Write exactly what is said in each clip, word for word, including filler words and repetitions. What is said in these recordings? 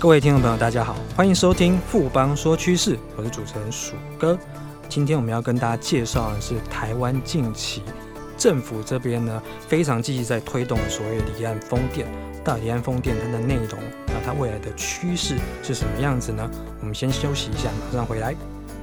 各位听众朋友大家好，欢迎收听富邦说趋势，我是主持人鼠哥。今天我们要跟大家介绍的是台湾近期政府这边呢非常积极在推动所谓离岸风电。到底离岸风电它的内容，那它未来的趋势是什么样子呢？我们先休息一下，马上回来。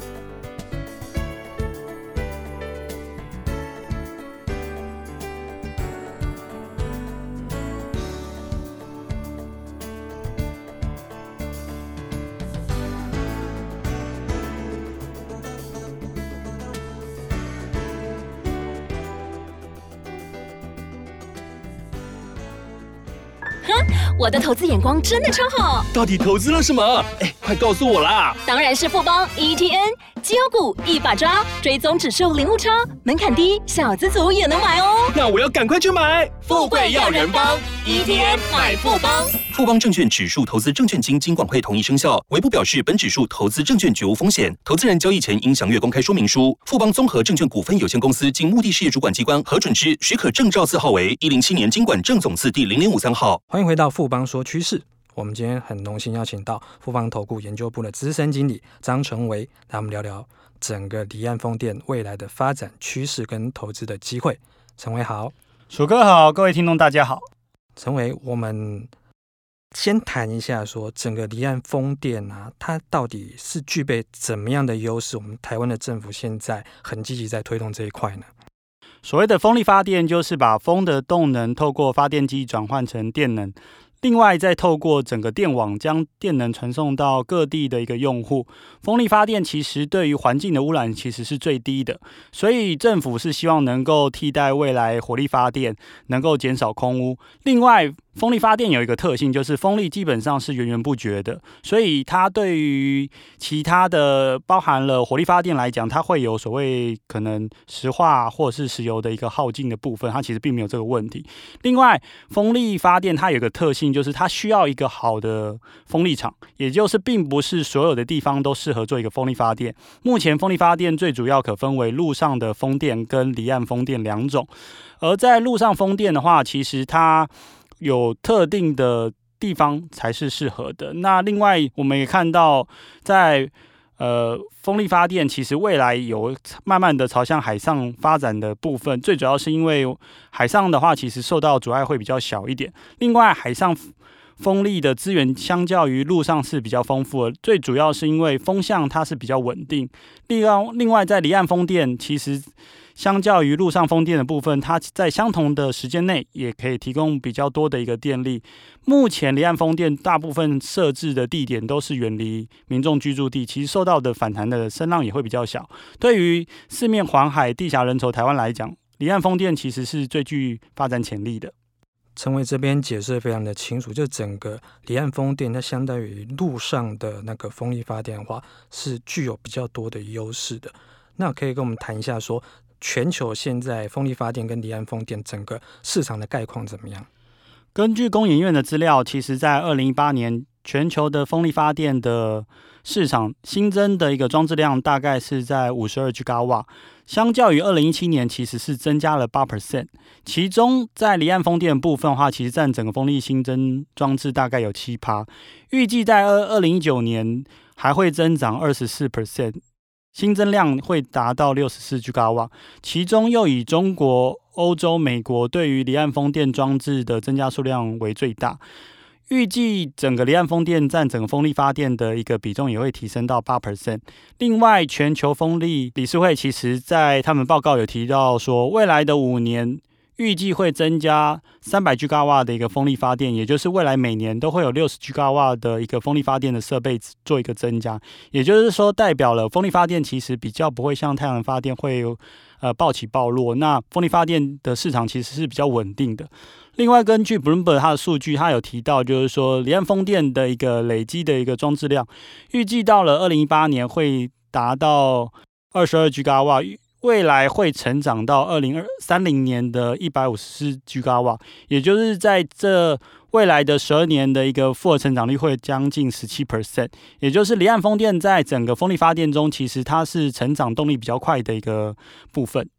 我的投资眼光真的超好， 到底投资了什么？哎，快告诉我啦！ 当然是富邦 E T N 绩优股一把抓，追踪指数零误差，门槛低，小资族也能买哦。 那我要赶快去买， 富贵要人帮 ，E T N 买富邦。 富邦证券指数投资证券经金管会同意生效，微不表示本指数投资证券绝无风险，投资人交易前应详阅公开说明书。富邦综合证券股份有限公司经目的事业主管机关核准之许可证照字号为一零七年金管证总字第零零五三号。 欢迎回到富邦说趋势。我们今天很荣幸邀请到富邦投顾研究部的资深经理张成维，来我们聊聊整个离岸风电未来的发展趋势跟投资的机会。成维好。 鼠哥好，各位听众大家好。 成维，我们先谈一下说整个离岸风电啊，它到底是具备怎么样的优势？我们台湾的政府现在很积极在推动这一块呢。 所谓的风力发电，就是把风的动能透过发电机转换成电能，另外再透过整个电网将电能传送到各地的一个用户。风力发电其实对于环境的污染其实是最低的，所以政府是希望能够替代未来火力发电，能够减少空污。另外风力发电有一个特性，就是风力基本上是源源不绝的，所以它对于其他的包含了火力发电来讲，它会有所谓可能石化或者是石油的一个耗尽的部分，它其实并没有这个问题。另外风力发电它有一个特性，就是它需要一个好的风力场，也就是并不是所有的地方都适合做一个风力发电。目前风力发电最主要可分为陆上的风电跟离岸风电两种，而在陆上风电的话，其实它有特定的地方才是适合的。那另外我们也看到在呃风力发电其实未来有慢慢的朝向海上发展的部分，最主要是因为海上的话其实受到阻碍会比较小一点，另外海上风力的资源相较于陆上是比较丰富的，最主要是因为风向它是比较稳定。另外在离岸风电其实相较于陆上风电的部分，它在相同的时间内也可以提供比较多的一个电力。目前离岸风电大部分设置的地点都是远离民众居住地，其实受到的反弹的声浪也会比较小。对于四面环海、地狭人稠台湾来讲，离岸风电其实是最具发展潜力的。 成维这边解释得非常的清楚，就整个离岸风电它相对于陆上的那个风力发电的话，是具有比较多的优势的。那可以跟我们谈一下说，全球现在风力发电跟离岸风电整个市场的概况怎么样？ 根据工研院的资料，其实在二零一八年全球的风力发电的市场新增的一个装置量大概是在五十二吉瓦，相较于二零一七年其实是增加了 百分之八， 其中在离岸风电的部分的话，其实占整个风力新增装置大概有 百分之七， 预计在二零一九年还会增长 百分之二十四，新增量会达到六十四吉瓦，其中又以中国、欧洲、美国对于离岸风电装置的增加数量为最大。预计整个离岸风电占整个风力发电的一个比重也会提升到 百分之八。 另外全球风力理事会其实在他们报告有提到说，未来的五年预计会增加三百吉瓦的一个风力发电，也就是未来每年都会有六十吉瓦的一个风力发电的设备做一个增加，也就是说代表了风力发电其实比较不会像太阳能发电会呃暴起暴落，那风力发电的市场其实是比较稳定的。另外根据 Bloomberg 它的数据，它有提到就是说离岸风电的一个累积的一个装置量，预计到了二零一八年会达到二十二吉瓦，未来会成长到二零三零年的一百五十四吉瓦，也就是在这未来的十二年的一个复合成长率会将近 百分之十七， 也就是离岸风电在整个风力发电中其实它是成长动力比较快的一个部分。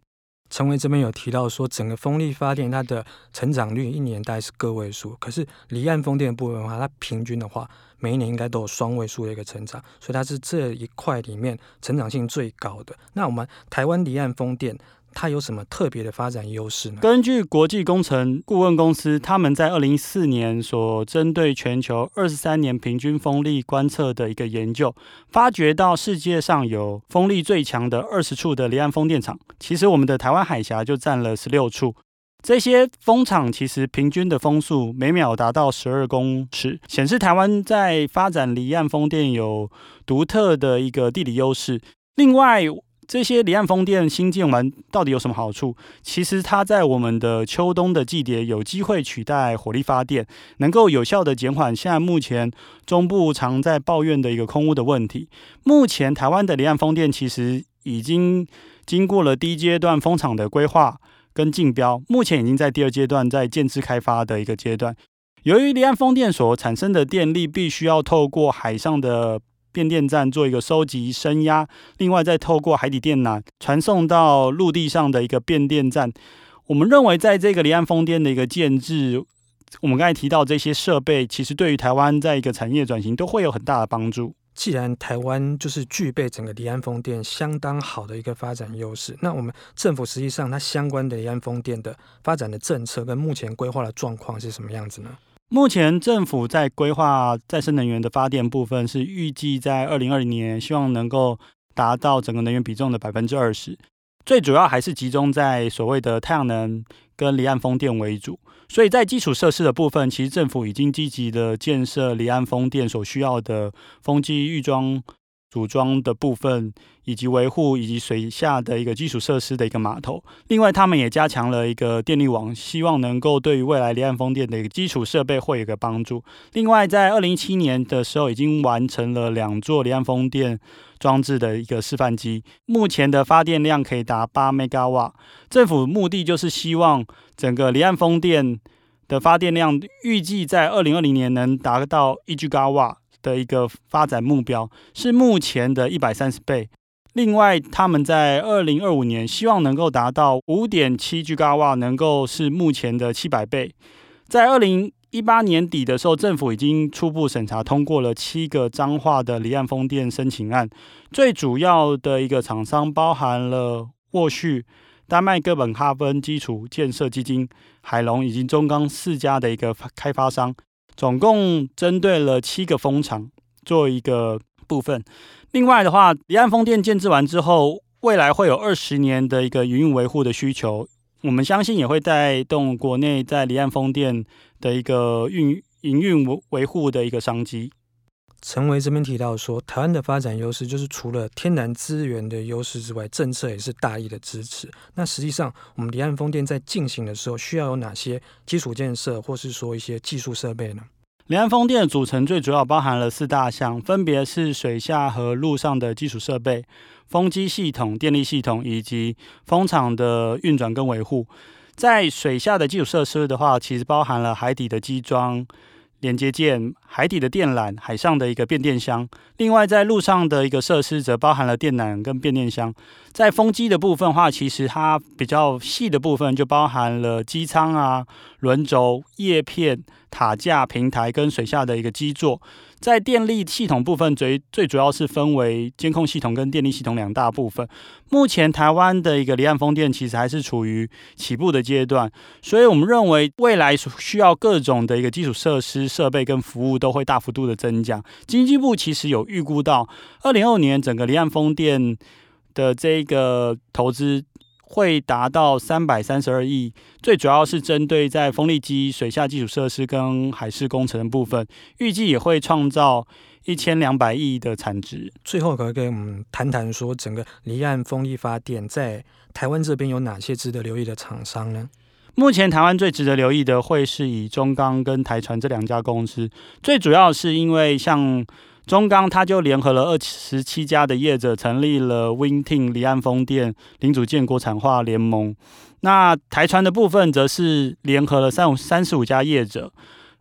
陈维这边有提到说，整个风力发电它的成长率一年大概是个位数，可是离岸风电的部分的话，它平均的话每一年应该都有双位数的一个成长，所以它是这一块里面成长性最高的。那我们台湾离岸风电它有什么特别的发展优势呢？ 根据国际工程顾问公司他们在二零一四年所针对全球二十三年平均风力观测的一个研究，发觉到世界上有风力最强的二十处的离岸风电场，其实我们的台湾海峡就占了十六处。这些风场其实平均的风速每秒达到十二公尺，显示台湾在发展离岸风电有独特的一个地理优势。另外，这些离岸风电新建完到底有什么好处？其实它在我们的秋冬的季节有机会取代火力发电，能够有效的减缓现在目前中部常在抱怨的一个空污的问题。目前台湾的离岸风电其实已经经过了第一阶段风场的规划跟竞标，目前已经在第二阶段在建制开发的一个阶段。由于离岸风电所产生的电力必须要透过海上的变电站做一个收集升压，另外再透过海底电缆传送到陆地上的一个变电站。我们认为在这个离岸风电的一个建制，我们刚才提到这些设备其实对于台湾在一个产业转型都会有很大的帮助。 既然台湾就是具备整个离岸风电相当好的一个发展优势，那我们政府实际上它相关的离岸风电的发展的政策跟目前规划的状况是什么样子呢？ 目前政府在规划再生能源的发电部分是预计在二零二零年希望能够达到整个能源比重的 百分之二十， 最主要还是集中在所谓的太阳能跟离岸风电为主。所以在基础设施的部分，其实政府已经积极的建设离岸风电所需要的风机预装组装的部分，以及维护以及水下的一个基础设施的一个码头。另外他们也加强了一个电力网，希望能够对于未来离岸风电的一个基础设备会有一个帮助。另外在二零一七年的时候已经完成了两座离岸风电装置的一个示范机，目前的发电量可以达八 megawatt。 政府目的就是希望整个离岸风电的发电量预计在二零二零年能达到一 gigawatt的一个发展目标，是目前的一百三十倍。另外他们在二零二五年希望能够达到 五点七 gigawatt， 能够是目前的七百倍。在二零一八年底的时候，政府已经初步审查通过了七个彰化的离岸风电申请案，最主要的一个厂商包含了沃旭、丹麦哥本哈根基础建设基金、海龙以及中钢四家的一个开发商，总共针对了七个风场做一个部分。另外的话，离岸风电建制完之后，未来会有二十年的一个营运维护的需求，我们相信也会带动国内在离岸风电的一个运营运维护的一个商机。 陈维这边提到说，台湾的发展优势就是除了天然资源的优势之外，政策也是大力的支持。那实际上我们离岸风电在进行的时候需要有哪些基础建设或是说一些技术设备呢？ 离岸风电的组成最主要包含了四大项，分别是水下和陆上的基础设备、风机系统、电力系统以及风场的运转跟维护。在水下的基础设施的话，其实包含了海底的基桩、连接件、海底的电缆、海上的一个变电箱。另外在陆上的一个设施则包含了电缆跟变电箱。在风机的部分的话，其实它比较细的部分就包含了机舱啊、轮轴、叶片、塔架、平台跟水下的一个基座。在电力系统部分，最最主要是分为监控系统跟电力系统两大部分。目前台湾的一个离岸风电其实还是处于起步的阶段，所以我们认为未来需要各种的一个基础设施、设备跟服务都会大幅度的增加。经济部其实有预估到，二零二五年整个离岸风电的这个投资会达到三百三十二亿，最主要是针对在风力机、水下基础设施跟海事工程的部分，预计也会创造一千两百亿的产值。 最后可不可以跟我们谈谈说，整个离岸风力发电在台湾这边有哪些值得留意的厂商呢？ 目前台湾最值得留意的会是以中钢跟台船这两家公司，最主要是因为像中钢它就联合了二十七家的业者，成立了 WinTeam 离岸风电零组件国产化联盟。那台船的部分则是联合了三十五家业者，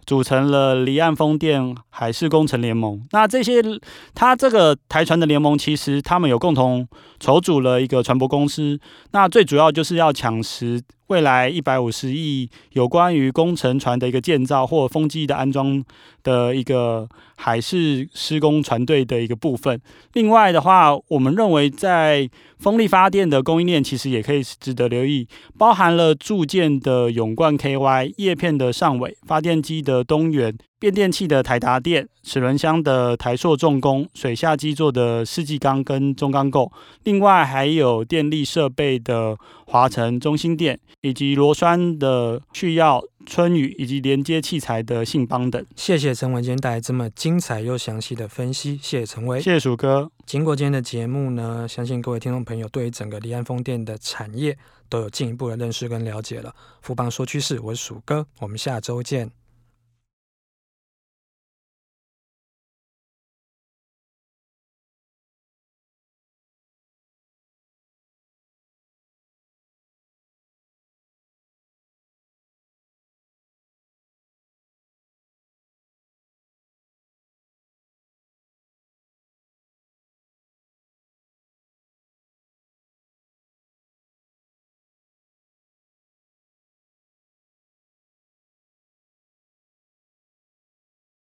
组成了离岸风电海事工程联盟。那这些它这个台船的联盟，其实他们有共同筹组了一个船舶公司，那最主要就是要抢食未来一百五十亿有关于工程船的一个建造或风机的安装的一个海事施工船队的一个部分。另外的话，我们认为在风力发电的供应链其实也可以值得留意，包含了铸件的永冠 K Y、 叶片的上尾、发电机的东元、变电器的台达电、齿轮箱的台塑重工、水下基座的世纪钢跟中钢构，另外还有电力设备的华城、中兴电，以及螺栓的旭耀、春雨，以及连接器材的信邦等。 谢谢陈伟今天带来这么精彩又详细的分析，谢谢陈伟， 谢谢鼠哥。 经过今天的节目呢，相信各位听众朋友对于整个离岸风电的产业都有进一步的认识跟了解了。富邦说趋势，我是鼠哥，我们下周见。